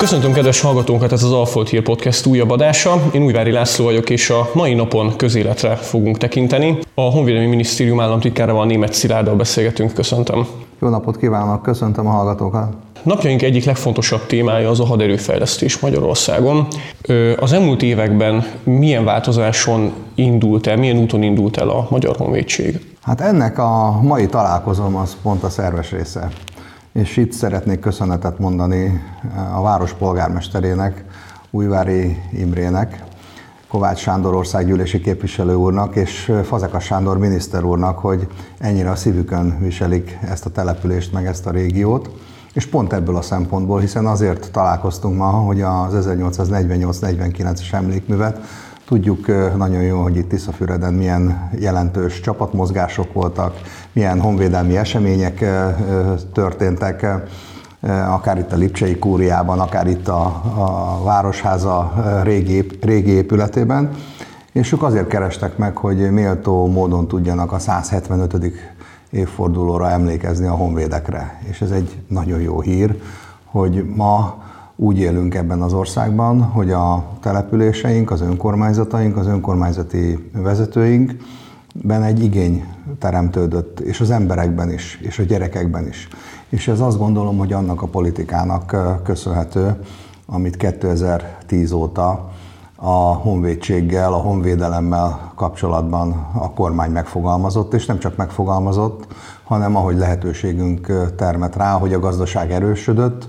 Köszöntöm kedves hallgatónkat, ez az Alfold Hír Podcast újabb adása. Én Újvári László vagyok, és a mai napon közéletre fogunk tekinteni. A Honvédelmi Minisztérium államtitkárával, Németh Szilárddal beszélgetünk. Köszöntöm. Jó napot kívánok, köszöntöm a hallgatókat. Napjaink egyik legfontosabb témája az a haderőfejlesztés Magyarországon. Az elmúlt években milyen változáson indult el, milyen úton indult el a Magyar Honvédség? Hát ennek a mai találkozom az pont a szerves része. És itt szeretnék köszönetet mondani a város polgármesterének, Újvári Imrének, Kovács Sándor országgyűlési képviselő úrnak és Fazekas Sándor miniszter úrnak, hogy ennyire a szívükön viselik ezt a települést, meg ezt a régiót. És pont ebből a szempontból, hiszen azért találkoztunk ma, hogy az 1848-49-es emlékművet, tudjuk nagyon jó, hogy itt Tiszafüreden milyen jelentős csapatmozgások voltak, milyen honvédelmi események történtek, akár itt a Lipcsei Kúriában, akár itt a Városháza régi épületében, és ők azért kerestek meg, hogy méltó módon tudjanak a 175. évfordulóra emlékezni a honvédekre. És ez egy nagyon jó hír, hogy ma úgy élünk ebben az országban, hogy a településeink, az önkormányzataink, az önkormányzati vezetőinkben egy igény teremtődött, és az emberekben is, és a gyerekekben is. És ez azt gondolom, hogy annak a politikának köszönhető, amit 2010 óta a honvédséggel, a honvédelemmel kapcsolatban a kormány megfogalmazott, és nem csak megfogalmazott, hanem ahogy lehetőségünk termett rá, hogy a gazdaság erősödött,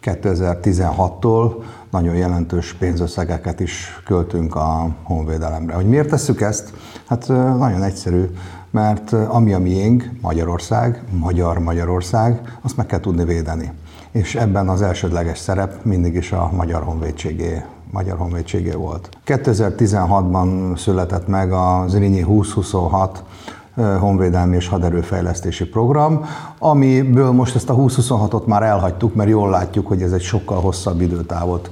2016-tól nagyon jelentős pénzösszegeket is költünk a honvédelemre. Hogy miért tesszük ezt? Hát nagyon egyszerű, mert ami a miénk, Magyarország, Magyarország, azt meg kell tudni védeni. És ebben az elsődleges szerep mindig is a Magyar Honvédségé volt. 2016-ban született meg a Zrínyi 2026 honvédelmi és haderőfejlesztési program, amiből most ezt a 2026-ot már elhagytuk, mert jól látjuk, hogy ez egy sokkal hosszabb időtávot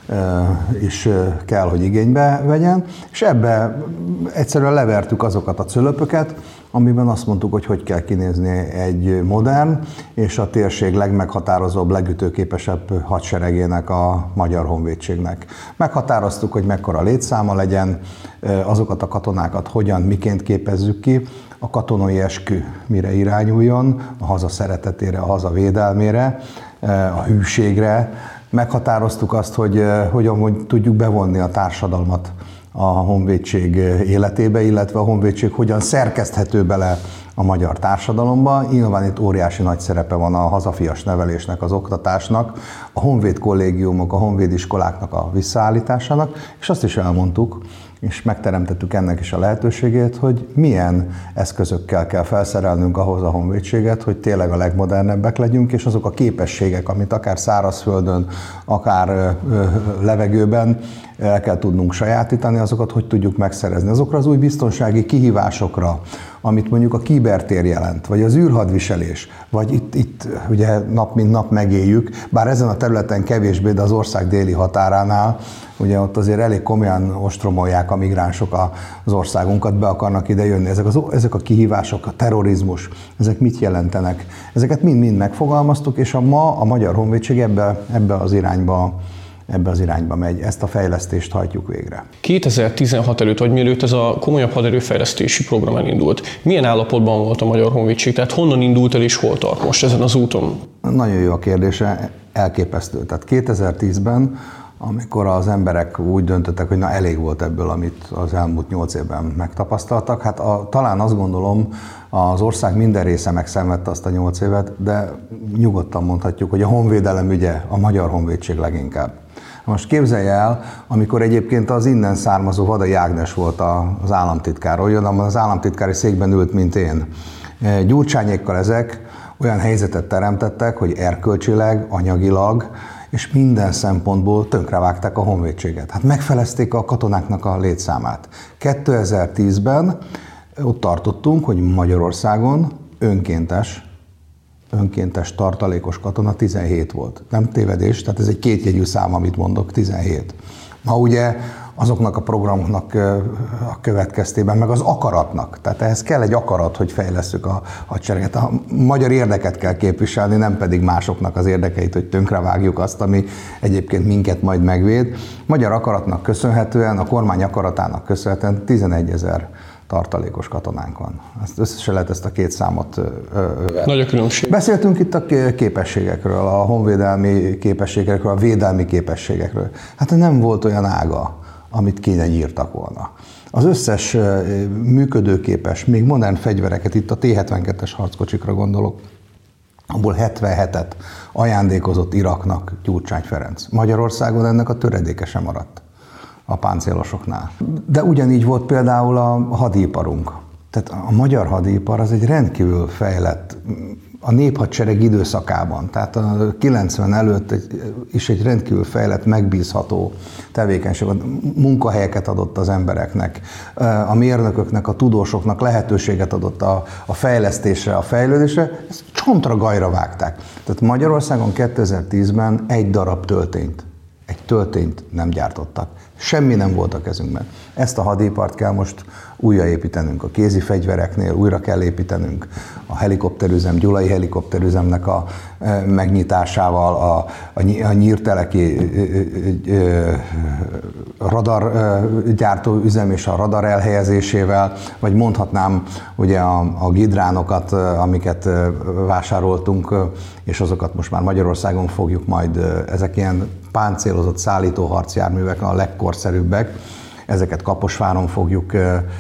is kell, hogy igénybe vegyen, és ebbe egyszerűen levertük azokat a cölöpöket, amiben azt mondtuk, hogy kell kinézni egy modern és a térség legmeghatározóbb, legütőképesebb hadseregének, a Magyar Honvédségnek. Meghatároztuk, hogy mekkora létszáma legyen, azokat a katonákat hogyan, miként képezzük ki, a katonai eskü mire irányuljon, a haza szeretetére, a haza védelmére, a hűségre. Meghatároztuk azt, hogy hogyan tudjuk bevonni a társadalmat a honvédség életébe, illetve a honvédség hogyan szerkeszthető bele a magyar társadalomba. Nyilván itt óriási nagy szerepe van a hazafias nevelésnek, az oktatásnak, a honvéd kollégiumok, a honvédiskoláknak a visszaállításának, és azt is elmondtuk, és megteremtettük ennek is a lehetőségét, hogy milyen eszközökkel kell felszerelnünk ahhoz a honvédséget, hogy tényleg a legmodernebbek legyünk, és azok a képességek, amit akár szárazföldön, akár levegőben el kell tudnunk sajátítani, azokat hogy tudjuk megszerezni. Azokra az új biztonsági kihívásokra, amit mondjuk a kibertér jelent, vagy az űrhadviselés, vagy itt ugye nap mint nap megéljük, bár ezen a területen kevésbé, de az ország déli határánál, ugye ott azért elég komolyan ostromolják a migránsok az országunkat, be akarnak ide jönni. Ezek a kihívások, a terrorizmus, ezek mit jelentenek? Ezeket mind-mind megfogalmaztuk, és ma a Magyar Honvédség ebbe az irányba megy. Ezt a fejlesztést hajtjuk végre. 2016 előtt, vagy mielőtt ez a komolyabb haderőfejlesztési program elindult, milyen állapotban volt a Magyar Honvédség? Tehát honnan indult el és hol tart most ezen az úton? Nagyon jó a kérdése, elképesztő. Tehát 2010-ben, amikor az emberek úgy döntöttek, hogy elég volt ebből, amit az elmúlt 8 évben megtapasztaltak, hát talán azt gondolom, az ország minden része megszenvedte azt a 8 évet, de nyugodtan mondhatjuk, hogy a honvédelem ügye, a Magyar Honvédség leginkább. Most képzelje el, amikor egyébként az innen származó Vadai Ágnes volt az államtitkár, olyan az államtitkári székben ült, mint én. Gyurcsányékkal ezek olyan helyzetet teremtettek, hogy erkölcsileg, anyagilag és minden szempontból tönkrevágták a honvédséget. Hát megfelezték a katonáknak a létszámát. 2010-ben ott tartottunk, hogy Magyarországon önkéntes tartalékos katona 17 volt. Nem tévedés, tehát ez egy kétjegyű szám, amit mondok, 17. Ma ugye azoknak a programoknak a következtében, meg az akaratnak. Tehát ehhez kell egy akarat, hogy fejlesszük a hadsereget. A magyar érdeket kell képviselni, nem pedig másoknak az érdekeit, hogy tönkrevágjuk azt, ami egyébként minket majd megvéd. Magyar akaratnak köszönhetően, a kormány akaratának köszönhetően 11 000 tartalékos katonánk van. Összesen lehet ezt a két számot Nagy a különbség. Beszéltünk itt a képességekről, a honvédelmi képességekről, a védelmi képességekről. Hát nem volt olyan ága, amit kéne írtak volna. Az összes működőképes, még modern fegyvereket, itt a T-72-es harckocsikra gondolok, abból 77-et ajándékozott Iraknak Gyurcsány Ferenc. Magyarországon ennek a töredéke sem maradt a páncélosoknál. De ugyanígy volt például a hadiparunk. Tehát a magyar hadipar az egy rendkívül fejlett, a néphadsereg időszakában, tehát a 90 előtt is egy rendkívül fejlett, megbízható tevékenység. Munkahelyeket adott az embereknek, a mérnököknek, a tudósoknak lehetőséget adott a fejlesztésre, a fejlődésre, ezt csontra gajra vágták. Tehát Magyarországon 2010-ben egy darab töltényt nem gyártottak. Semmi nem volt a kezünkben. Ezt a hadipart kell most újraépítenünk. A kézi fegyvereknél újra kell építenünk. A helikopterüzem, gyulai helikopterüzemnek a megnyitásával, a nyírteleki radargyártó üzem és a radar elhelyezésével, vagy mondhatnám ugye a gidránokat, amiket vásároltunk, és azokat most már Magyarországon fogjuk majd, ezek ilyen páncélozott szállító harcjárművek, a legkorszerűbbek, ezeket Kaposváron fogjuk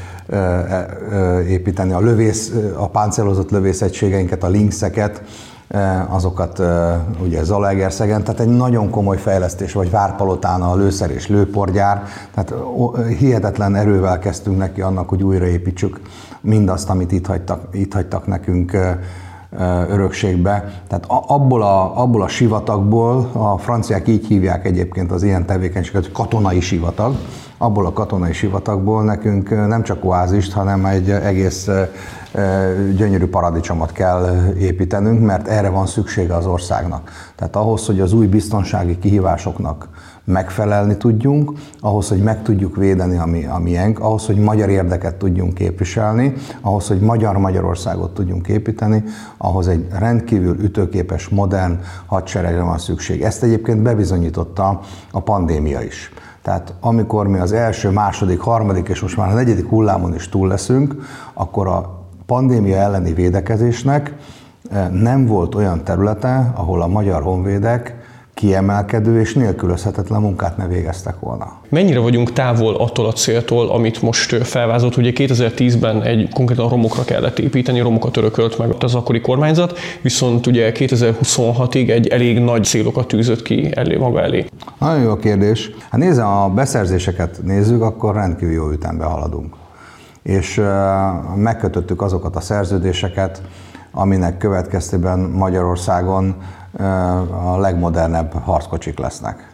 építeni, a páncélozott lövészegységeinket, a Lynxeket, azokat ugye Zalaegerszegen, tehát egy nagyon komoly fejlesztés, vagy Várpalotán a lőszer és lőporgyár, tehát hihetetlen erővel kezdtünk neki annak, hogy újraépítsük mindazt, amit itt hagytak nekünk örökségbe. Tehát abból a sivatagból, a franciák így hívják egyébként az ilyen tevékenységet, hogy katonai sivatag, abból a katonai sivatagból nekünk nem csak oázist, hanem egy egész gyönyörű paradicsomot kell építenünk, mert erre van szüksége az országnak. Tehát ahhoz, hogy az új biztonsági kihívásoknak megfelelni tudjunk, ahhoz, hogy meg tudjuk védeni a miénk, ahhoz, hogy magyar érdeket tudjunk képviselni, ahhoz, hogy Magyarországot tudjunk építeni, ahhoz egy rendkívül ütőképes, modern hadseregre van szükség. Ezt egyébként bebizonyította a pandémia is. Tehát amikor mi az első, második, harmadik és most már a negyedik hullámon is túl leszünk, akkor a pandémia elleni védekezésnek nem volt olyan területe, ahol a magyar honvédek kiemelkedő és nélkülözhetetlen munkát ne végeztek volna. Mennyire vagyunk távol attól a céltól, amit most felvázolt? Ugye 2010-ben konkrétan romokra kellett építeni, romokat örökölt meg az akkori kormányzat, viszont ugye 2026-ig egy elég nagy célokat tűzött ki maga elé. Nagyon jó a kérdés. Hát nézze, a beszerzéseket nézzük, akkor rendkívül jó ütemben haladunk. És megkötöttük azokat a szerződéseket, aminek következtében Magyarországon a legmodernebb harckocsik lesznek.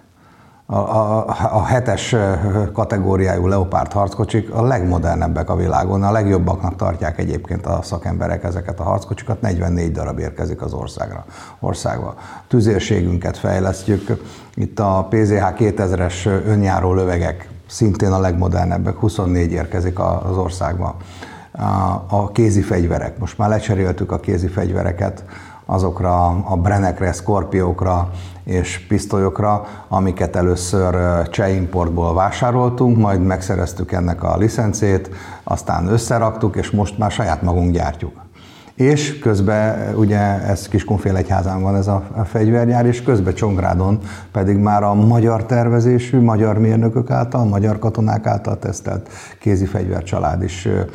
A 7-es kategóriájú Leopard harckocsik a legmodernebbek a világon, a legjobbaknak tartják egyébként a szakemberek ezeket a harckocsikat, 44 darab érkezik az országba. Tüzérségünket fejlesztjük, itt a PZH 2000-es önjáró lövegek szintén a legmodernebbek, 24 érkezik az országba. A kézi fegyverek, most már lecseréltük a kézi fegyvereket azokra a Brennekre, Scorpiókra és pisztolyokra, amiket először cseh importból vásároltunk, majd megszereztük ennek a licencét, aztán összeraktuk, és most már saját magunk gyártjuk. És közben, ugye ez Kiskunfélegyházán van ez a fegyvergyár, és közben Csongrádon pedig már a magyar tervezésű, magyar mérnökök által, magyar katonák által tesztelt kézi fegyvercsalád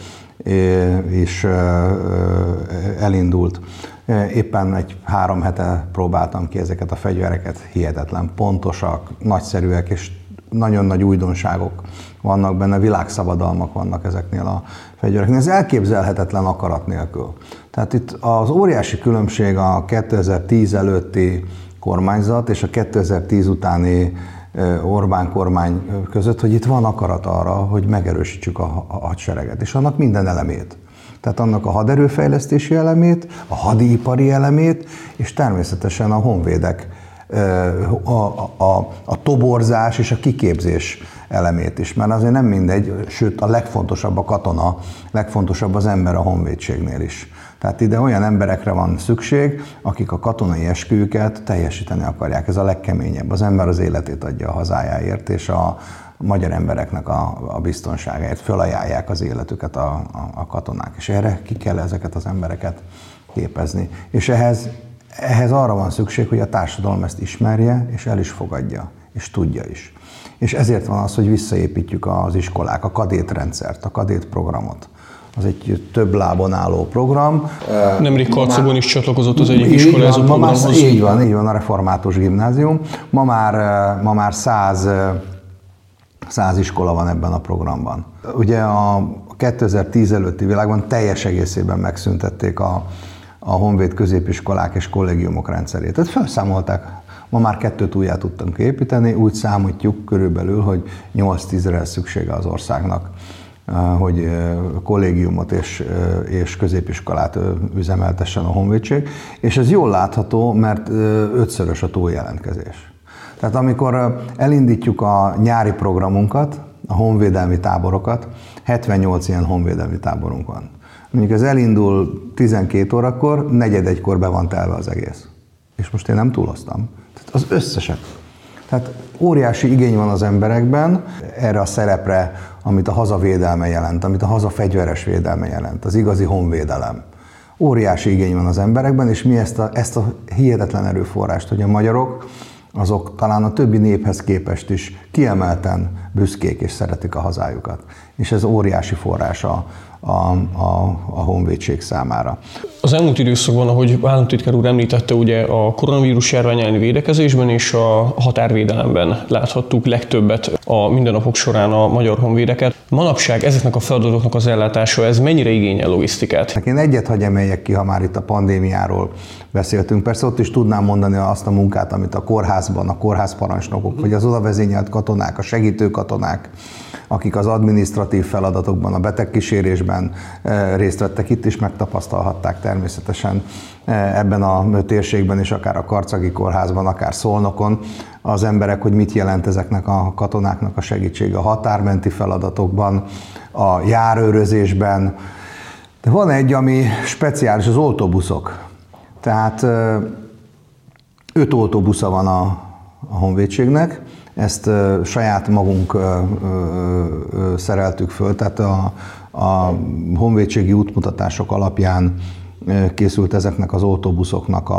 is elindult. Éppen egy 3 hete próbáltam ki ezeket a fegyvereket, hihetetlen pontosak, nagyszerűek, és nagyon nagy újdonságok vannak benne, világszabadalmak vannak ezeknél a fegyvereknél. Ez elképzelhetetlen akarat nélkül. Tehát itt az óriási különbség a 2010 előtti kormányzat és a 2010 utáni Orbán kormány között, hogy itt van akarat arra, hogy megerősítsük a hadsereget, és annak minden elemét. Tehát annak a haderőfejlesztési elemét, a hadipari elemét, és természetesen a honvédek, a toborzás és a kiképzés elemét is, mert azért nem mindegy, sőt a legfontosabb a katona, legfontosabb az ember a honvédségnél is. Tehát ide olyan emberekre van szükség, akik a katonai esküjüket teljesíteni akarják. Ez a legkeményebb. Az ember az életét adja a hazájáért, és a magyar embereknek a biztonságáért fölajánlják az életüket a katonák. És erre ki kell ezeket az embereket képezni. És ehhez arra van szükség, hogy a társadalom ezt ismerje, és el is fogadja, és tudja is. És ezért van az, hogy visszaépítjük az iskolák, a kadétrendszert, a kadétprogramot. Az egy több lábon álló program. Nemrég Karcagón is csatlakozott az egyik iskolázó programhoz. Így van, a református gimnázium. Ma már 100 iskola van ebben a programban. Ugye a 2010 előtti világban teljes egészében megszüntették a honvéd középiskolák és kollégiumok rendszerét. Tehát felszámolták. Ma már 2 újját tudtunk építeni, úgy számítjuk körülbelül, hogy 8-10-re lesz szüksége az országnak, hogy kollégiumot és középiskolát üzemeltessen a honvédség, és ez jól látható, mert 5-szörös a túljelentkezés. Tehát amikor elindítjuk a nyári programunkat, a honvédelmi táborokat, 78 ilyen honvédelmi táborunk van. Mondjuk ez elindul 12 órakor, 4:45-kor be van telve az egész. És most én nem túloztam. Tehát az összeset. Tehát óriási igény van az emberekben erre a szerepre, amit a hazavédelme jelent, amit a haza fegyveres védelme jelent, az igazi honvédelem. Óriási igény van az emberekben, és mi ezt a hihetetlen erőforrást, hogy a magyarok, azok talán a többi néphez képest is kiemelten büszkék és szeretik a hazájukat. És ez óriási forrása a honvédség számára. Az elmúlt időszakban, ahogy államtitkár úr említette, ugye a koronavírus járvány elleni védekezésben és a határvédelemben láthattuk legtöbbet a mindennapok során a magyar honvédeket. Manapság ezeknek a feladatoknak az ellátása, ez mennyire igényel logisztikát? Én egyet hagy emeljek ki, ha már itt a pandémiáról beszéltünk. Persze ott is tudnám mondani azt a munkát, amit a kórházban, a kórházparancsnokok, vagy az odavezényelt katonák, a segítő katonák, akik az adminisztratív feladatokban, a betegkísérésben részt vettek, itt is megtapasztalhatták természetesen ebben a térségben is, akár a Karcagi Kórházban, akár Szolnokon az emberek, hogy mit jelent ezeknek a katonáknak a segítsége a határmenti feladatokban, a járőrözésben. De van egy, ami speciális, az oltóbuszok. Tehát 5 oltóbusza van a honvédségnek, ezt saját magunk szereltük föl, tehát a honvédségi útmutatások alapján készült ezeknek az autóbuszoknak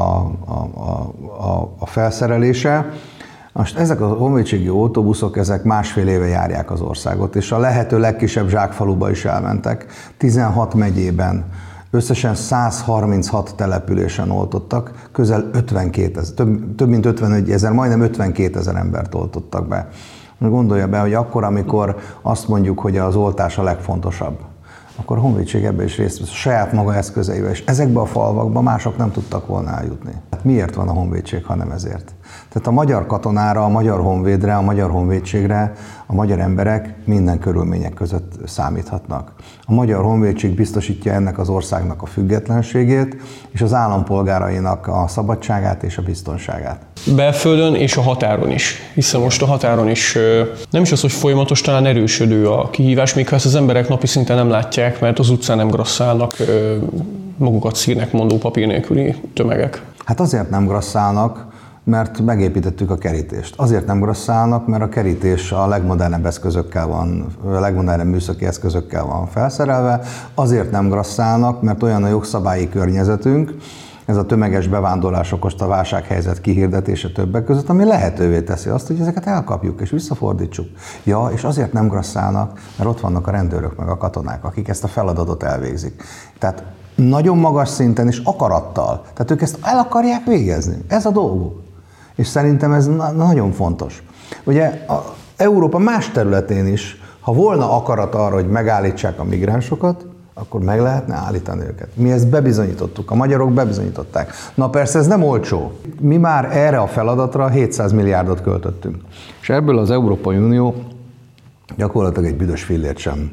a felszerelése. Most ezek a honvédségi autóbuszok, ezek 1,5 éve járják az országot, és a lehető legkisebb zsákfaluba is elmentek. 16 megyében összesen 136 településen oltottak, közel 52 000, több mint 51 000, majdnem 52 000 embert oltottak be. Gondolja be, hogy akkor, amikor azt mondjuk, hogy az oltás a legfontosabb, akkor a honvédség ebben is részt vesz, a saját maga eszközeivel, és ezekbe a falvakba mások nem tudtak volna eljutni. Hát miért van a honvédség, ha nem ezért? Tehát a magyar katonára, a magyar honvédre, a magyar honvédségre a magyar emberek minden körülmények között számíthatnak. A magyar honvédség biztosítja ennek az országnak a függetlenségét, és az állampolgárainak a szabadságát és a biztonságát. Belföldön és a határon is, hiszen most a határon is nem is az, hogy folyamatos, talán erősödő a kihívás, még ha ezt az emberek napi szinten nem látják, mert az utcán nem grasszálnak, magukat szírnek mondó papír nélküli tömegek. Hát azért nem grasszálnak, mert megépítettük a kerítést. Azért nem grasszálnak, mert a kerítés a legmodernebb eszközökkel van, a legmodernebb műszaki eszközökkel van felszerelve. Azért nem grasszálnak, mert olyan a jogszabályi környezetünk, ez a tömeges bevándorlás okozta válsághelyzet kihirdetése többek között, ami lehetővé teszi azt, hogy ezeket elkapjuk és visszafordítsuk. Ja, és azért nem grasszálnak, mert ott vannak a rendőrök meg a katonák, akik ezt a feladatot elvégzik. Tehát nagyon magas szinten és akarattal. Tehát ők ezt el akarják végezni. Ez a dolguk. És szerintem ez nagyon fontos. Ugye Európa más területén is, ha volna akarat arra, hogy megállítsák a migránsokat, akkor meg lehetne állítani őket. Mi ezt bebizonyítottuk, a magyarok bebizonyították. Na persze ez nem olcsó. Mi már erre a feladatra 700 milliárdot költöttünk. És ebből az Európai Unió gyakorlatilag egy büdös fillért sem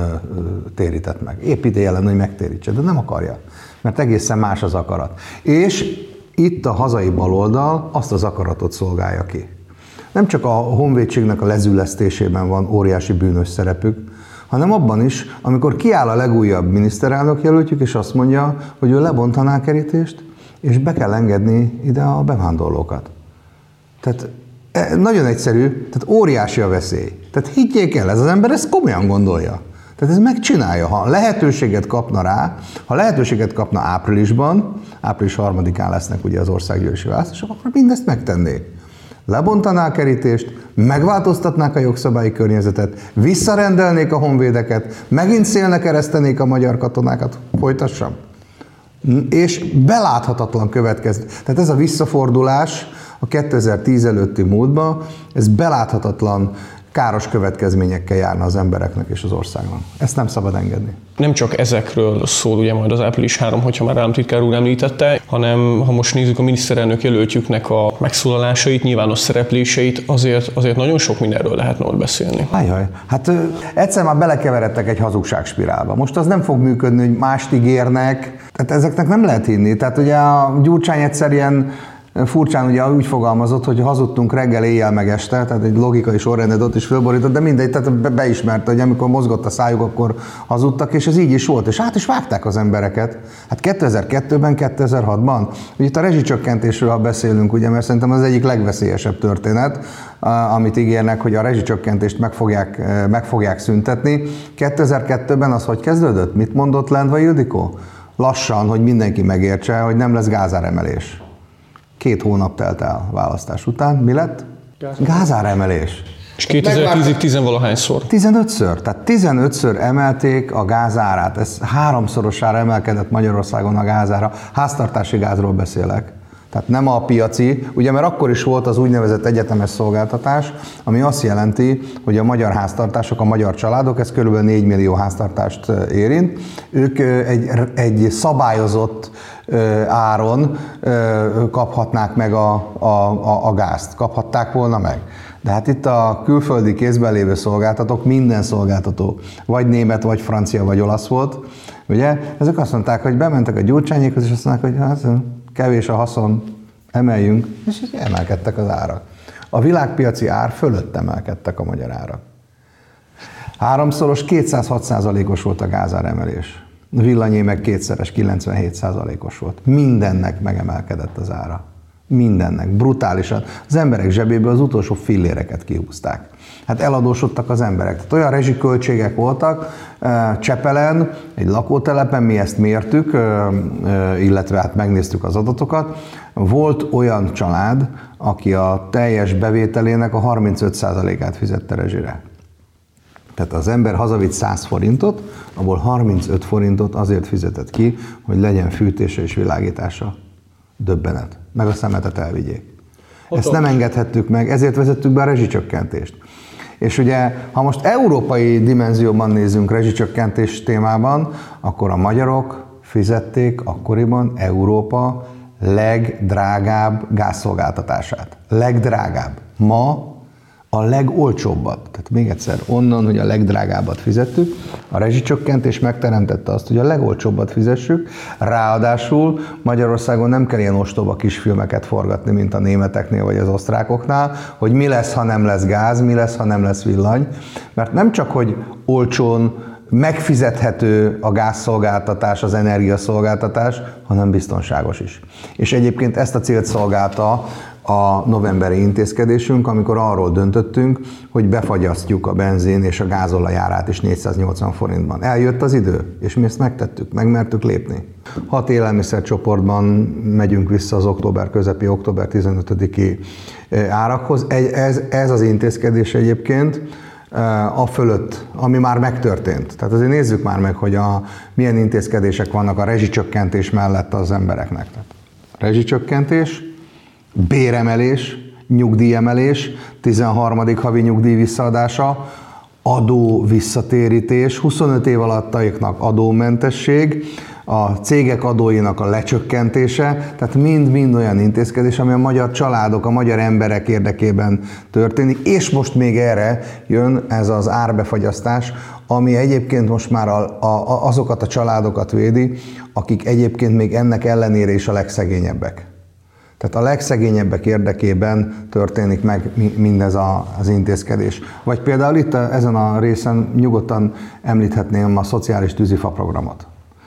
térített meg. Épp ideje lenne, hogy megtérítse, de nem akarja, mert egészen más az akarat. És itt a hazai baloldal azt az akaratot szolgálja ki, Nem csak a honvédségnek a lezüllesztésében van óriási bűnös szerepük, hanem abban is, amikor kiáll a legújabb miniszterelnök jelöltjük, és azt mondja, hogy ő lebontaná a kerítést, és be kell engedni ide a bevándorlókat. Tehát nagyon egyszerű, tehát óriási a veszély. Tehát higgyék el, ez az ember ezt komolyan gondolja. Tehát ez megcsinálja, ha lehetőséget kapna rá, ha lehetőséget kapna áprilisban, április 3-án lesznek ugye az országgyűlési választások, akkor mindezt megtenné. Lebontaná a kerítést, megváltoztatnák a jogszabályi környezetet, visszarendelnék a honvédeket, megint szélne keresztenék a magyar katonákat, folytassam. És beláthatatlan következő. Tehát ez a visszafordulás a 2010 előtti módba, ez beláthatatlan káros következményekkel járna az embereknek és az országnak. Ezt nem szabad engedni. Nem csak ezekről szól ugye majd az április 3, hogyha már államtitkár úr említette, hanem ha most nézzük a miniszterelnök jelöltjüknek a megszólalásait, nyilvános szerepléseit, azért nagyon sok mindenről lehetne ott beszélni. Ajaj, hát egyszer már belekeveredtek egy hazugságspirálba. Most az nem fog működni, hogy mást ígérnek, tehát ezeknek nem lehet hinni. Tehát ugye a Gyurcsány egyszer ilyen furcsán ugye úgy fogalmazott, hogy hazudtunk reggel, éjjel meg este, tehát egy logikai sorrendet ott is fölborított, de mindegy, tehát beismerte, hogy amikor mozgott a szájuk, akkor hazudtak, és ez így is volt, és át is vágták az embereket. Hát 2002-ben, 2006-ban, ugye itt a rezsicsökkentésről beszélünk, ugye, mert szerintem az egyik legveszélyesebb történet, amit ígérnek, hogy a rezsicsökkentést meg fogják szüntetni. 2002-ben az hogy kezdődött? Mit mondott Lendvai Ildikó? Lassan, hogy mindenki megértse, hogy nem lesz gázáremelés. 2 hónap telt el választás után. Mi lett? Gázáremelés. És 2010-ig 10-valahányszor? 15-ször. Tehát 15-ször emelték a gázárát. Ez 3-szorosára emelkedett Magyarországon a gázára. Háztartási gázról beszélek. Tehát nem a piaci, ugye, mert akkor is volt az úgynevezett egyetemes szolgáltatás, ami azt jelenti, hogy a magyar háztartások, a magyar családok, ez kb. 4 millió háztartást érint, ők egy szabályozott áron kaphatnák meg a gázt. Kaphatták volna meg. De hát itt a külföldi kézben lévő szolgáltatók, minden szolgáltató, vagy német, vagy francia, vagy olasz volt, ugye? Ezek azt mondták, hogy bementek a Gyurcsányékhoz, és azt mondták, hogy hát kevés a haszon, emeljünk, és így emelkedtek az árak. A világpiaci ár fölött emelkedtek a magyar árak. 3-szoros, 206%-os volt a gázáremelés. A villanyé meg 2-szeres, 97%-os volt. Mindennek megemelkedett az ára. Mindennek, brutálisan. Az emberek zsebéből az utolsó filléreket kihúzták. Hát eladósodtak az emberek. Tehát olyan rezsiköltségek voltak Csepelen, egy lakótelepen, mi ezt mértük, illetve hát megnéztük az adatokat. Volt olyan család, aki a teljes bevételének a 35%-át fizette rezsire. Tehát az ember hazavitt 100 forintot, abból 35 forintot azért fizetett ki, hogy legyen fűtése és világítása. Döbbenet. Meg a szemetet elvigyék. Ezt nem engedhettük meg, ezért vezettük be a rezsicsökkentést. És ugye, ha most európai dimenzióban nézzünk rezsicsökkentés témában, akkor a magyarok fizették akkoriban Európa legdrágább gázszolgáltatását. Legdrágább. Ma a legolcsóbbat. Tehát még egyszer, onnan, hogy a legdrágábbat fizettük, a rezsicsökkentés megteremtette azt, hogy a legolcsóbbat fizessük, ráadásul Magyarországon nem kell ilyen ostoba kisfilmeket forgatni, mint a németeknél vagy az osztrákoknál, hogy mi lesz, ha nem lesz gáz, mi lesz, ha nem lesz villany, mert nem csak, hogy olcsón megfizethető a gázszolgáltatás, az energiaszolgáltatás, hanem biztonságos is. És egyébként ezt a célt szolgálta a novemberi intézkedésünk, amikor arról döntöttünk, hogy befagyasztjuk a benzin és a gázolaj árát is 480 forintban. Eljött az idő, és mi ezt megtettük, megmertük lépni. 6 élelmiszercsoportban megyünk vissza az október közepi, október 15-i árakhoz. Ez az intézkedés egyébként a fölött, ami már megtörtént. Tehát azért nézzük már meg, hogy milyen intézkedések vannak a rezsicsökkentés mellett az embereknek. Tehát rezsicsökkentés, béremelés, nyugdíjemelés, 13. havi nyugdíj visszaadása, adó visszatérítés, 25 év alattaiknak adómentesség, a cégek adóinak a lecsökkentése, tehát mind-mind olyan intézkedés, ami a magyar családok, a magyar emberek érdekében történik, és most még erre jön ez az árbefagyasztás, ami egyébként most már azokat a családokat védi, akik egyébként még ennek ellenére is a legszegényebbek. Tehát a legszegényebbek érdekében történik meg mindez az intézkedés. Vagy például itt ezen a részen nyugodtan említhetném a szociális tűzifa programot.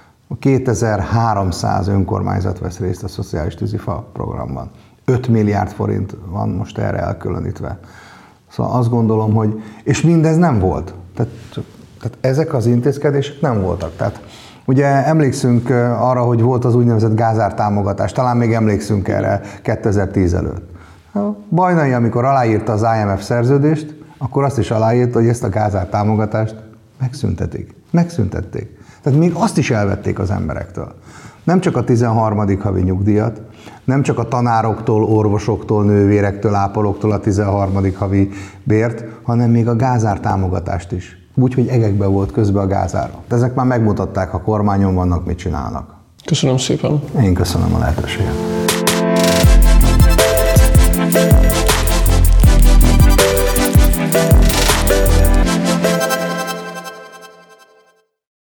2300 önkormányzat vesz részt a szociális tűzifa programban. 5 milliárd forint van most erre elkülönítve. Szóval azt gondolom, hogy... És mindez nem volt. Tehát ezek az intézkedések nem voltak. Tehát ugye emlékszünk arra, hogy volt az úgynevezett gázártámogatás, talán még emlékszünk erre 2010 előtt. Bajnai, amikor aláírta az IMF szerződést, akkor azt is aláírta, hogy ezt a gázártámogatást megszüntették. Tehát még azt is elvették az emberektől. Nem csak a 13. havi nyugdíjat, nem csak a tanároktól, orvosoktól, nővérektől, ápolóktól a 13. havi bért, hanem még a gázártámogatást is. Úgyhogy egekbe volt közben a gázára. De ezek már megmutatták, ha kormányon vannak, mit csinálnak. Köszönöm szépen. Én köszönöm a lehetőséget.